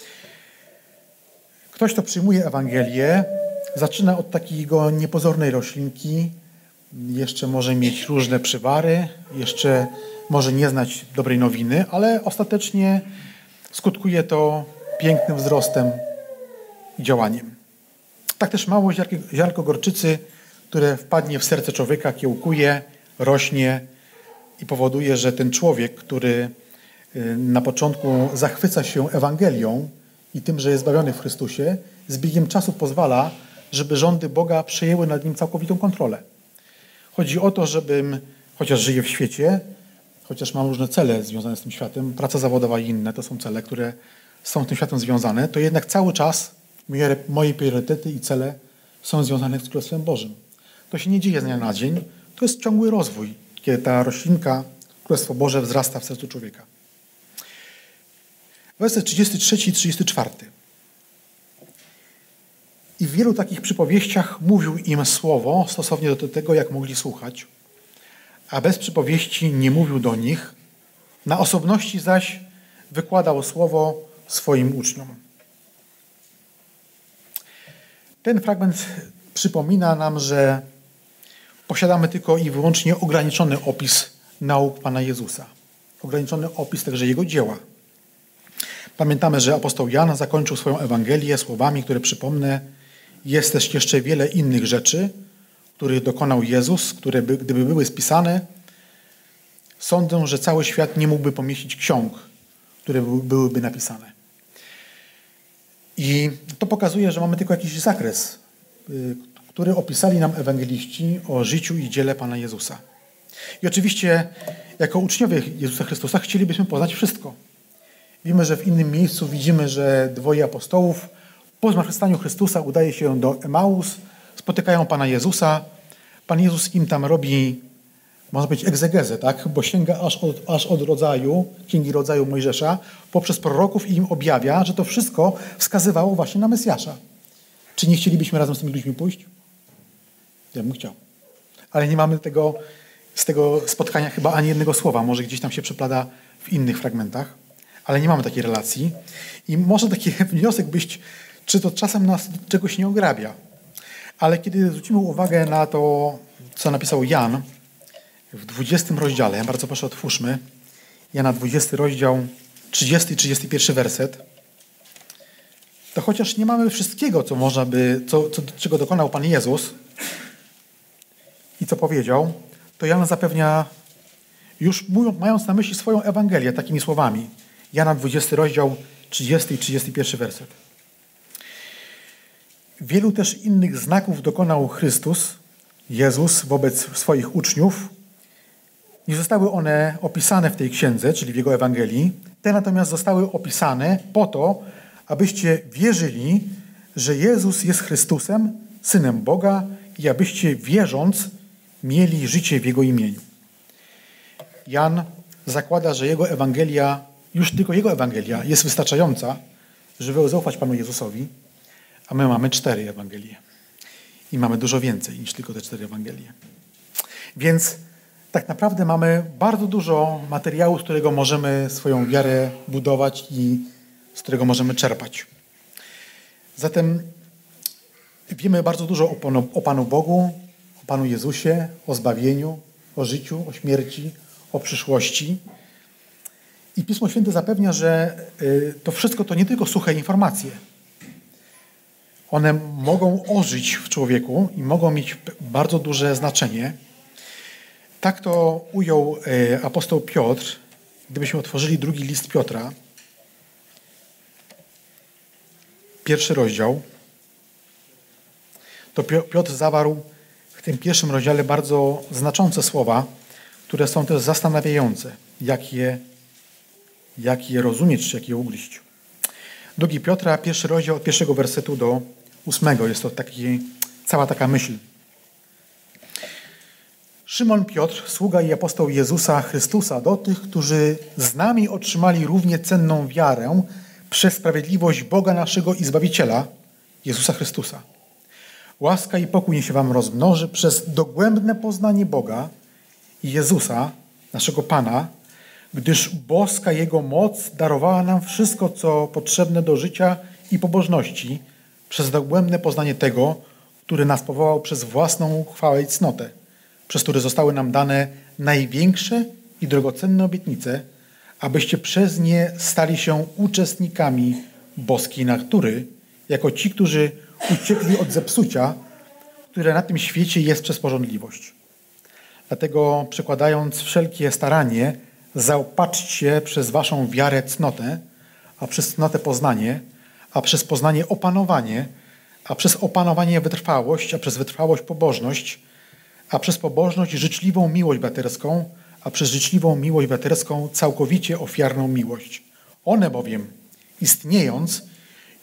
Ktoś, kto przyjmuje Ewangelię, zaczyna od takiego niepozornej roślinki, jeszcze może mieć różne przywary, jeszcze może nie znać dobrej nowiny, ale ostatecznie skutkuje to pięknym wzrostem i działaniem. Tak też mało ziarnko gorczycy, które wpadnie w serce człowieka, kiełkuje, rośnie i powoduje, że ten człowiek, który na początku zachwyca się Ewangelią i tym, że jest zbawiony w Chrystusie, z biegiem czasu pozwala, żeby rządy Boga przejęły nad nim całkowitą kontrolę. Chodzi o to, żebym, chociaż żyję w świecie, chociaż mam różne cele związane z tym światem, praca zawodowa i inne, to są cele, które są z tym światem związane, to jednak cały czas Moje, moje priorytety i cele są związane z Królestwem Bożym. To się nie dzieje z dnia na dzień. To jest ciągły rozwój, kiedy ta roślinka, Królestwo Boże wzrasta w sercu człowieka. Werset trzydziesty trzeci i trzydziesty czwarty. I w wielu takich przypowieściach mówił im słowo stosownie do tego, jak mogli słuchać, a bez przypowieści nie mówił do nich, na osobności zaś wykładał słowo swoim uczniom. Ten fragment przypomina nam, że posiadamy tylko i wyłącznie ograniczony opis nauk Pana Jezusa. Ograniczony opis także Jego dzieła. Pamiętamy, że apostoł Jan zakończył swoją Ewangelię słowami, które przypomnę, jest też jeszcze wiele innych rzeczy, których dokonał Jezus, które by, gdyby były spisane, sądzę, że cały świat nie mógłby pomieścić ksiąg, które byłyby napisane. I to pokazuje, że mamy tylko jakiś zakres, który opisali nam ewangeliści o życiu i dziele Pana Jezusa. I oczywiście jako uczniowie Jezusa Chrystusa chcielibyśmy poznać wszystko. Wiemy, że w innym miejscu widzimy, że dwoje apostołów po zmartwychwstaniu Chrystusa udaje się do Emaus, spotykają Pana Jezusa. Pan Jezus im tam robi, można powiedzieć, egzegezę, tak? Bo sięga aż od, aż od rodzaju, Księgi Rodzaju Mojżesza, poprzez proroków i im objawia, że to wszystko wskazywało właśnie na Mesjasza. Czy nie chcielibyśmy razem z tymi ludźmi pójść? Ja bym chciał. Ale nie mamy tego, z tego spotkania chyba ani jednego słowa. Może gdzieś tam się przeplada w innych fragmentach, ale nie mamy takiej relacji. I może taki wniosek być, czy to czasem nas do czegoś nie ograbia. Ale kiedy zwrócimy uwagę na to, co napisał Jan w dwudziestym rozdziale, bardzo proszę otwórzmy, Jana dwudziesty rozdział, trzydziesty i trzydziesty pierwszy werset, to chociaż nie mamy wszystkiego, co można by, co, co, czego dokonał Pan Jezus i co powiedział, to Jan zapewnia, już mówią, mając na myśli swoją Ewangelię takimi słowami. Jana dwudziesty rozdział, trzydziesty i trzydziesty pierwszy werset. Wielu też innych znaków dokonał Chrystus, Jezus, wobec swoich uczniów. Nie zostały one opisane w tej księdze, czyli w Jego Ewangelii. Te natomiast zostały opisane po to, abyście wierzyli, że Jezus jest Chrystusem, Synem Boga i abyście wierząc mieli życie w Jego imieniu. Jan zakłada, że Jego Ewangelia, już tylko Jego Ewangelia jest wystarczająca, żeby zaufać Panu Jezusowi, a my mamy cztery Ewangelie. I mamy dużo więcej niż tylko te cztery Ewangelie. Więc tak naprawdę mamy bardzo dużo materiału, z którego możemy swoją wiarę budować i z którego możemy czerpać. Zatem wiemy bardzo dużo o Panu, o Panu Bogu, o Panu Jezusie, o zbawieniu, o życiu, o śmierci, o przyszłości. I Pismo Święte zapewnia, że to wszystko to nie tylko suche informacje. One mogą ożyć w człowieku i mogą mieć bardzo duże znaczenie. Tak to ujął apostoł Piotr, gdybyśmy otworzyli drugi list Piotra, pierwszy rozdział, to Piotr zawarł w tym pierwszym rozdziale bardzo znaczące słowa, które są też zastanawiające, jak je, jak je rozumieć, czy jak je ugryźć. Drugi Piotra, pierwszy rozdział od pierwszego wersetu do ósmego. Jest to taki, cała taka myśl. Szymon Piotr, sługa i apostoł Jezusa Chrystusa, do tych, którzy z nami otrzymali równie cenną wiarę przez sprawiedliwość Boga naszego i Zbawiciela, Jezusa Chrystusa. Łaska i pokój niech się wam rozmnoży przez dogłębne poznanie Boga i Jezusa, naszego Pana, gdyż boska Jego moc darowała nam wszystko, co potrzebne do życia i pobożności, przez dogłębne poznanie tego, który nas powołał przez własną chwałę i cnotę, przez które zostały nam dane największe i drogocenne obietnice, abyście przez nie stali się uczestnikami boskiej natury, jako ci, którzy uciekli od zepsucia, które na tym świecie jest przez pożądliwość. Dlatego przekładając wszelkie staranie, zaopatrzcie przez waszą wiarę cnotę, a przez cnotę poznanie, a przez poznanie opanowanie, a przez opanowanie wytrwałość, a przez wytrwałość pobożność, a przez pobożność życzliwą miłość braterską, a przez życzliwą miłość braterską całkowicie ofiarną miłość. One bowiem, istniejąc,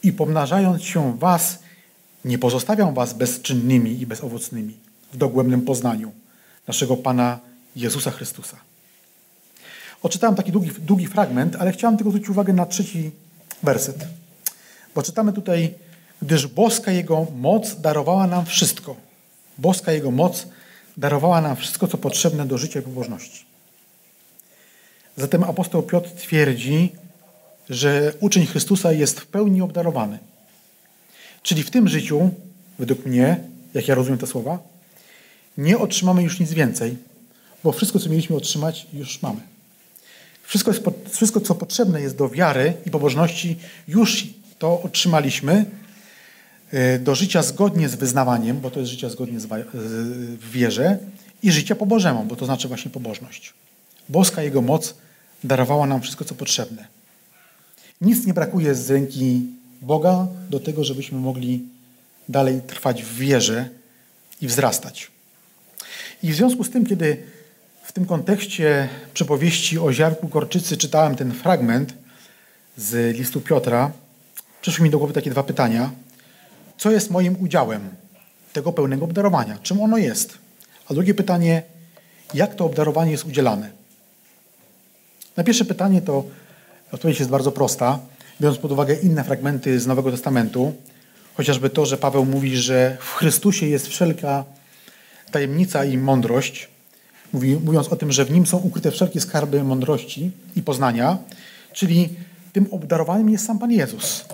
i pomnażając się was, nie pozostawiam was bezczynnymi i bezowocnymi w dogłębnym poznaniu naszego Pana Jezusa Chrystusa. Odczytałem taki długi, długi fragment, ale chciałem tylko zwrócić uwagę na trzeci werset. Bo czytamy tutaj, gdyż boska Jego moc darowała nam wszystko. Boska Jego moc darowała nam wszystko, co potrzebne do życia i pobożności. Zatem apostoł Piotr twierdzi, że uczeń Chrystusa jest w pełni obdarowany. Czyli w tym życiu, według mnie, jak ja rozumiem te słowa, nie otrzymamy już nic więcej, bo wszystko, co mieliśmy otrzymać, już mamy. Wszystko, jest, wszystko, co potrzebne jest do wiary i pobożności, już to otrzymaliśmy do życia zgodnie z wyznawaniem, bo to jest życie zgodnie z w wierze, i życia po Bożemu, bo to znaczy właśnie pobożność. Boska Jego moc darowała nam wszystko, co potrzebne. Nic nie brakuje z ręki Boga do tego, żebyśmy mogli dalej trwać w wierze i wzrastać. I w związku z tym, kiedy w tym kontekście przypowieści o ziarnku gorczycy czytałem ten fragment z listu Piotra, przyszły mi do głowy takie dwa pytania. Co jest moim udziałem tego pełnego obdarowania? Czym ono jest? A drugie pytanie, jak to obdarowanie jest udzielane? Na pierwsze pytanie to odpowiedź jest bardzo prosta, biorąc pod uwagę inne fragmenty z Nowego Testamentu, chociażby to, że Paweł mówi, że w Chrystusie jest wszelka tajemnica i mądrość, mówi, mówiąc o tym, że w Nim są ukryte wszelkie skarby mądrości i poznania, czyli tym obdarowaniem jest sam Pan Jezus.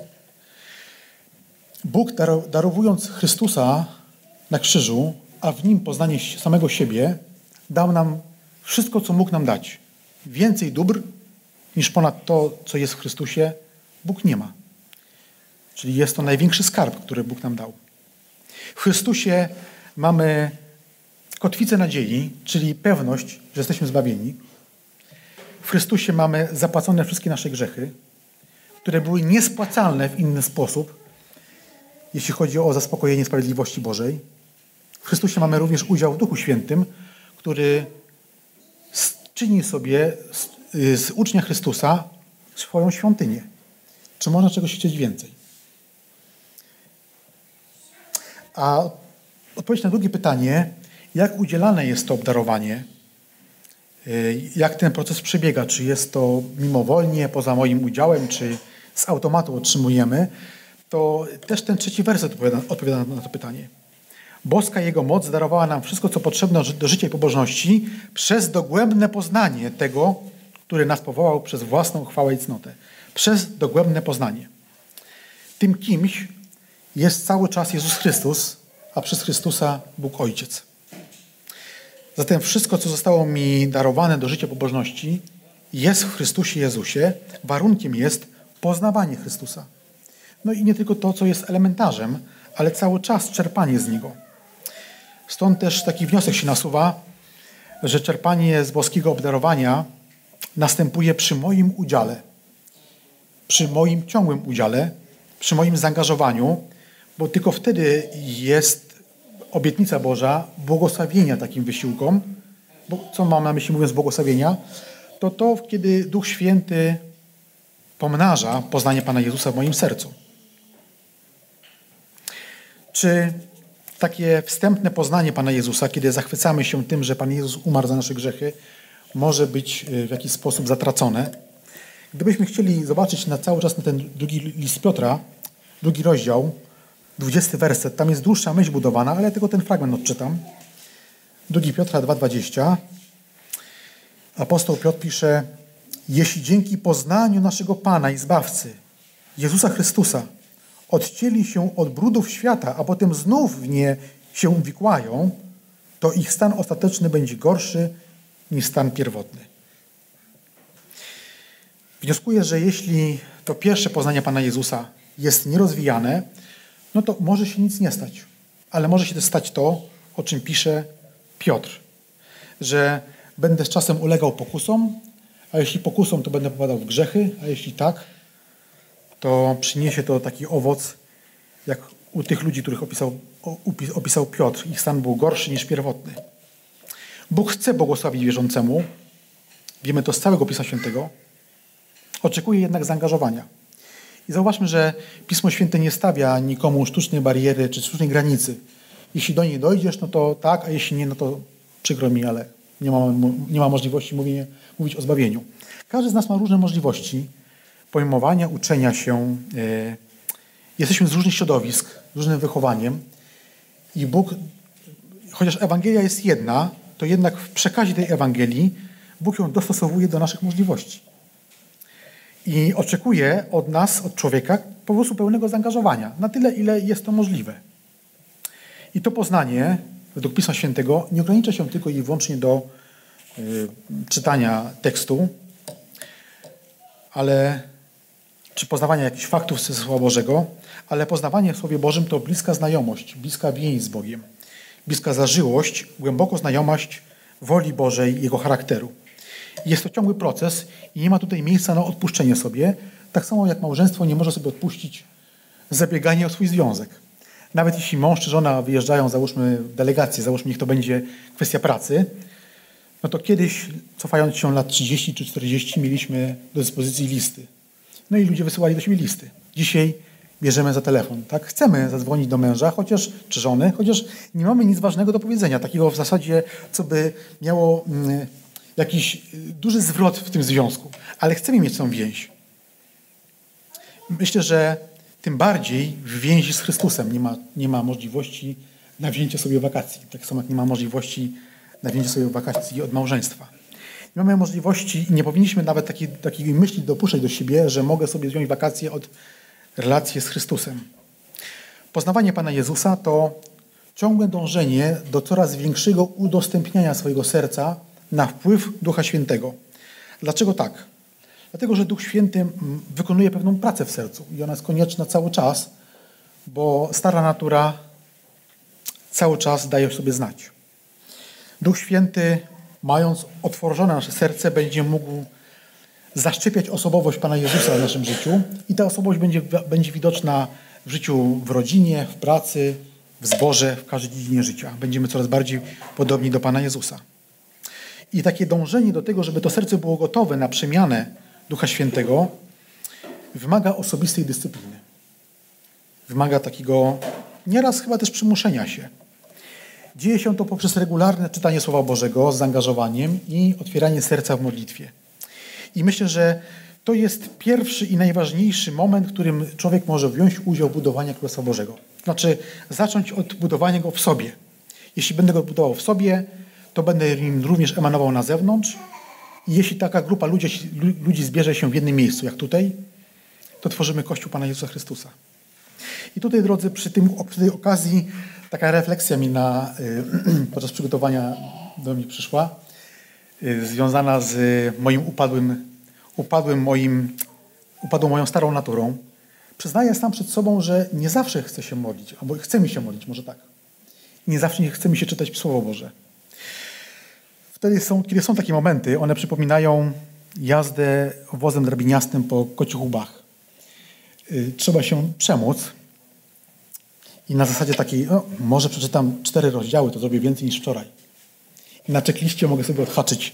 Bóg darowując Chrystusa na krzyżu, a w Nim poznanie samego siebie, dał nam wszystko, co mógł nam dać. Więcej dóbr niż ponad to, co jest w Chrystusie, Bóg nie ma. Czyli jest to największy skarb, który Bóg nam dał. W Chrystusie mamy kotwicę nadziei, czyli pewność, że jesteśmy zbawieni. W Chrystusie mamy zapłacone wszystkie nasze grzechy, które były niespłacalne w inny sposób, jeśli chodzi o zaspokojenie sprawiedliwości Bożej. W Chrystusie mamy również udział w Duchu Świętym, który czyni sobie z, z ucznia Chrystusa swoją świątynię. Czy można czegoś chcieć więcej? A odpowiedź na drugie pytanie, jak udzielane jest to obdarowanie, jak ten proces przebiega, czy jest to mimowolnie, poza moim udziałem, czy z automatu otrzymujemy, to też ten trzeci werset odpowiada, odpowiada na to pytanie. Boska Jego moc darowała nam wszystko, co potrzebne do życia i pobożności przez dogłębne poznanie tego, który nas powołał przez własną chwałę i cnotę. Przez dogłębne poznanie. Tym kimś jest cały czas Jezus Chrystus, a przez Chrystusa Bóg Ojciec. Zatem wszystko, co zostało mi darowane do życia pobożności, jest w Chrystusie Jezusie. Warunkiem jest poznawanie Chrystusa. No i nie tylko to, co jest elementarzem, ale cały czas czerpanie z Niego. Stąd też taki wniosek się nasuwa, że czerpanie z boskiego obdarowania następuje przy moim udziale, przy moim ciągłym udziale, przy moim zaangażowaniu, bo tylko wtedy jest obietnica Boża błogosławienia takim wysiłkom. Bo co mam na myśli mówiąc błogosławienia? To to, kiedy Duch Święty pomnaża poznanie Pana Jezusa w moim sercu. Czy takie wstępne poznanie Pana Jezusa, kiedy zachwycamy się tym, że Pan Jezus umarł za nasze grzechy, może być w jakiś sposób zatracone? Gdybyśmy chcieli zobaczyć na cały czas na ten drugi list Piotra, drugi rozdział, dwudziesty werset, tam jest dłuższa myśl budowana, ale tylko ten fragment odczytam. drugi Piotra dwa dwadzieścia. Apostoł Piotr pisze: jeśli dzięki poznaniu naszego Pana i Zbawcy, Jezusa Chrystusa, odcięli się od brudów świata, a potem znów w nie się uwikłają, to ich stan ostateczny będzie gorszy niż stan pierwotny. Wnioskuję, że jeśli to pierwsze poznanie Pana Jezusa jest nierozwijane, no to może się nic nie stać. Ale może się też stać to, o czym pisze Piotr, że będę z czasem ulegał pokusom, a jeśli pokusom, to będę popadał w grzechy, a jeśli tak, to przyniesie to taki owoc, jak u tych ludzi, których opisał, opisał Piotr. Ich stan był gorszy niż pierwotny. Bóg chce błogosławić wierzącemu. Wiemy to z całego Pisma Świętego. Oczekuje jednak zaangażowania. I zauważmy, że Pismo Święte nie stawia nikomu sztucznej bariery czy sztucznej granicy. Jeśli do niej dojdziesz, no to tak, a jeśli nie, no to przykro mi, ale nie ma, nie ma możliwości mówienia, mówić o zbawieniu. Każdy z nas ma różne możliwości pojmowania, uczenia się. Jesteśmy z różnych środowisk, z różnym wychowaniem i Bóg, chociaż Ewangelia jest jedna, to jednak w przekazie tej Ewangelii Bóg ją dostosowuje do naszych możliwości. I oczekuje od nas, od człowieka, po prostu pełnego zaangażowania, na tyle, ile jest to możliwe. I to poznanie, według Pisma Świętego, nie ogranicza się tylko i wyłącznie do y, czytania tekstu, ale czy poznawania jakichś faktów ze Słowa Bożego, ale poznawanie w Słowie Bożym to bliska znajomość, bliska więź z Bogiem, bliska zażyłość, głęboko znajomość woli Bożej, Jego charakteru. Jest to ciągły proces i nie ma tutaj miejsca na odpuszczenie sobie, tak samo jak małżeństwo nie może sobie odpuścić zabieganie o swój związek. Nawet jeśli mąż czy żona wyjeżdżają, załóżmy w delegację, załóżmy niech to będzie kwestia pracy, no to kiedyś, cofając się lat trzydzieści czy czterdzieści, mieliśmy do dyspozycji listy. No i ludzie wysyłali do siebie listy. Dzisiaj bierzemy za telefon. Tak? Chcemy zadzwonić do męża, chociaż, czy żony, chociaż nie mamy nic ważnego do powiedzenia, takiego w zasadzie, co by miało mm, jakiś duży zwrot w tym związku. Ale chcemy mieć tą więź. Myślę, że tym bardziej w więzi z Chrystusem nie ma, nie ma możliwości nawzięcia sobie wakacji. Tak samo jak nie ma możliwości nawzięcia sobie wakacji od małżeństwa. Nie mamy możliwości i nie powinniśmy nawet takiej, takiej myśli dopuszczać do siebie, że mogę sobie wziąć wakacje od relacji z Chrystusem. Poznawanie Pana Jezusa to ciągłe dążenie do coraz większego udostępniania swojego serca na wpływ Ducha Świętego. Dlaczego tak? Dlatego, że Duch Święty wykonuje pewną pracę w sercu i ona jest konieczna cały czas, bo stara natura cały czas daje sobie znać. Duch Święty, mając otworzone nasze serce, będzie mógł zaszczepiać osobowość Pana Jezusa w naszym życiu i ta osobowość będzie, będzie widoczna w życiu w rodzinie, w pracy, w zborze, w każdej dziedzinie życia. Będziemy coraz bardziej podobni do Pana Jezusa. I takie dążenie do tego, żeby to serce było gotowe na przemianę Ducha Świętego, wymaga osobistej dyscypliny. Wymaga takiego nieraz chyba też przymuszenia się. Dzieje się to poprzez regularne czytanie Słowa Bożego z zaangażowaniem i otwieranie serca w modlitwie. I myślę, że to jest pierwszy i najważniejszy moment, w którym człowiek może wziąć udział w budowaniu Królestwa Bożego. Znaczy zacząć od budowania go w sobie. Jeśli będę go budował w sobie, to będę nim również emanował na zewnątrz. I jeśli taka grupa ludzi, ludzi zbierze się w jednym miejscu, jak tutaj, to tworzymy Kościół Pana Jezusa Chrystusa. I tutaj, drodzy, przy, tym, przy tej okazji taka refleksja mi na, podczas przygotowania do mnie przyszła, związana z moim upadłym, upadłym moim, upadłą moją starą naturą. Przyznaję sam przed sobą, że nie zawsze chcę się modlić, albo chce mi się modlić, może tak. Nie zawsze nie chce mi się czytać Słowo Boże. Wtedy są, kiedy są takie momenty, one przypominają jazdę wozem drabiniastym po kocich łbach. Trzeba się przemóc i na zasadzie takiej, no, może przeczytam cztery rozdziały, to zrobię więcej niż wczoraj. I na checkliście mogę sobie odhaczyć.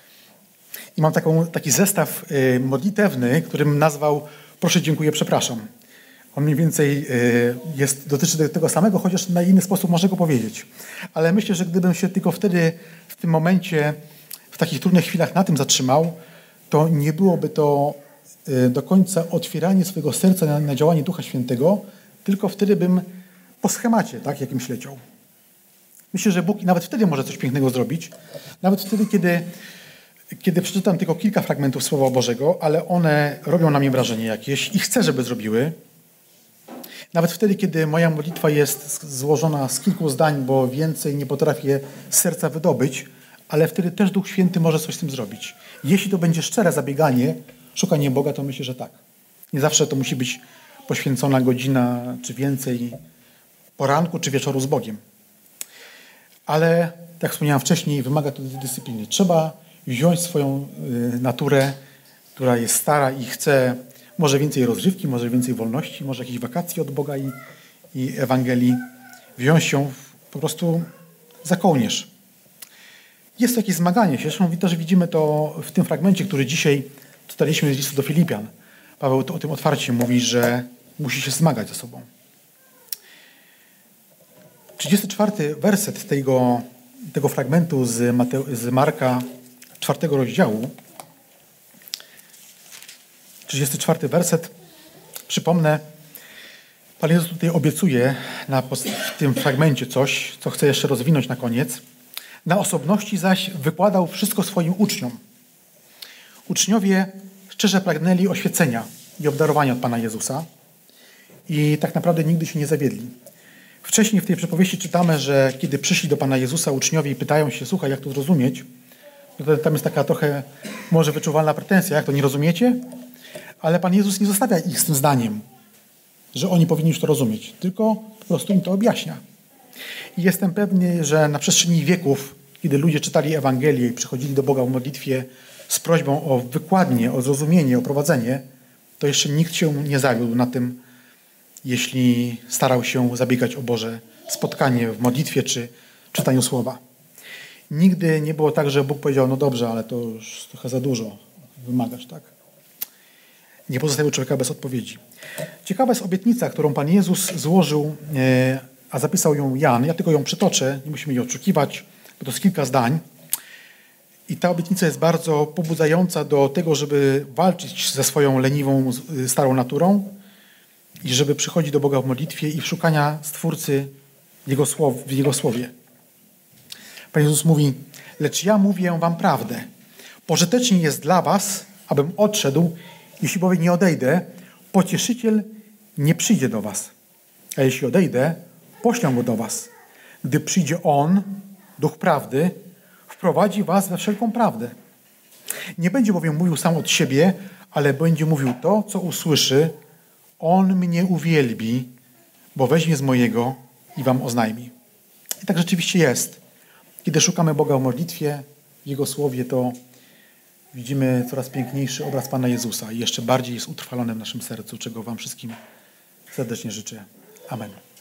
I mam taką, taki zestaw y, modlitewny, którym nazwał proszę, dziękuję, przepraszam. On mniej więcej y, jest, dotyczy tego samego, chociaż na inny sposób można go powiedzieć. Ale myślę, że gdybym się tylko wtedy, w tym momencie, w takich trudnych chwilach na tym zatrzymał, to nie byłoby to y, do końca otwieranie swojego serca na, na działanie Ducha Świętego, tylko wtedy bym po schemacie, tak, jakimś leciał. Myślę, że Bóg nawet wtedy może coś pięknego zrobić. Nawet wtedy, kiedy, kiedy przeczytam tylko kilka fragmentów Słowa Bożego, ale one robią na mnie wrażenie jakieś i chcę, żeby zrobiły. Nawet wtedy, kiedy moja modlitwa jest złożona z kilku zdań, bo więcej nie potrafię z serca wydobyć, ale wtedy też Duch Święty może coś z tym zrobić. Jeśli to będzie szczere zabieganie, szukanie Boga, to myślę, że tak. Nie zawsze to musi być poświęcona godzina czy więcej poranku czy wieczoru z Bogiem. Ale, tak jak wspomniałem wcześniej, wymaga to dyscypliny. Trzeba wziąć swoją y, naturę, która jest stara i chce może więcej rozrywki, może więcej wolności, może jakichś wakacji od Boga i, i Ewangelii. Wziąć ją po prostu za kołnierz. Jest to jakieś zmaganie się. Zresztą też widzimy to w tym fragmencie, który dzisiaj czytaliśmy z listu do Filipian. Paweł o tym otwarcie mówi, że musi się zmagać ze sobą. trzydziesty czwarty werset tego, tego fragmentu z, Mateu, z Marka czwartego rozdziału. trzydziesty czwarty werset. Przypomnę, Pan Jezus tutaj obiecuje na, w tym fragmencie coś, co chce jeszcze rozwinąć na koniec. Na osobności zaś wykładał wszystko swoim uczniom. Uczniowie szczerze pragnęli oświecenia i obdarowania od Pana Jezusa i tak naprawdę nigdy się nie zawiedli. Wcześniej w tej przypowieści czytamy, że kiedy przyszli do Pana Jezusa uczniowie i pytają się, słuchaj, jak to zrozumieć, no to tam jest taka trochę może wyczuwalna pretensja, jak to nie rozumiecie? Ale Pan Jezus nie zostawia ich z tym zdaniem, że oni powinni już to rozumieć, tylko po prostu im to objaśnia. I jestem pewny, że na przestrzeni wieków, kiedy ludzie czytali Ewangelię i przychodzili do Boga w modlitwie z prośbą o wykładnię, o zrozumienie, o prowadzenie, to jeszcze nikt się nie zawiódł na tym, jeśli starał się zabiegać o Boże spotkanie w modlitwie czy czytaniu słowa. Nigdy nie było tak, że Bóg powiedział, no dobrze, ale to już trochę za dużo wymagasz, tak? Nie pozostawił człowieka bez odpowiedzi. Ciekawa jest obietnica, którą Pan Jezus złożył, a zapisał ją Jan. Ja tylko ją przytoczę, nie musimy jej oczekiwać, bo to jest kilka zdań. I ta obietnica jest bardzo pobudzająca do tego, żeby walczyć ze swoją leniwą, starą naturą i żeby przychodzić do Boga w modlitwie i w szukania Stwórcy w Jego, słow, w Jego Słowie. Pan Jezus mówi, lecz ja mówię wam prawdę. Pożytecznie jest dla was, abym odszedł, jeśli bowiem nie odejdę, pocieszyciel nie przyjdzie do was. A jeśli odejdę, poślę go do was. Gdy przyjdzie On, Duch Prawdy, wprowadzi was we wszelką prawdę. Nie będzie bowiem mówił sam od siebie, ale będzie mówił to, co usłyszy. On mnie uwielbi, bo weźmie z mojego i wam oznajmi. I tak rzeczywiście jest. Kiedy szukamy Boga w modlitwie, w Jego Słowie, to widzimy coraz piękniejszy obraz Pana Jezusa i jeszcze bardziej jest utrwalony w naszym sercu, czego wam wszystkim serdecznie życzę. Amen.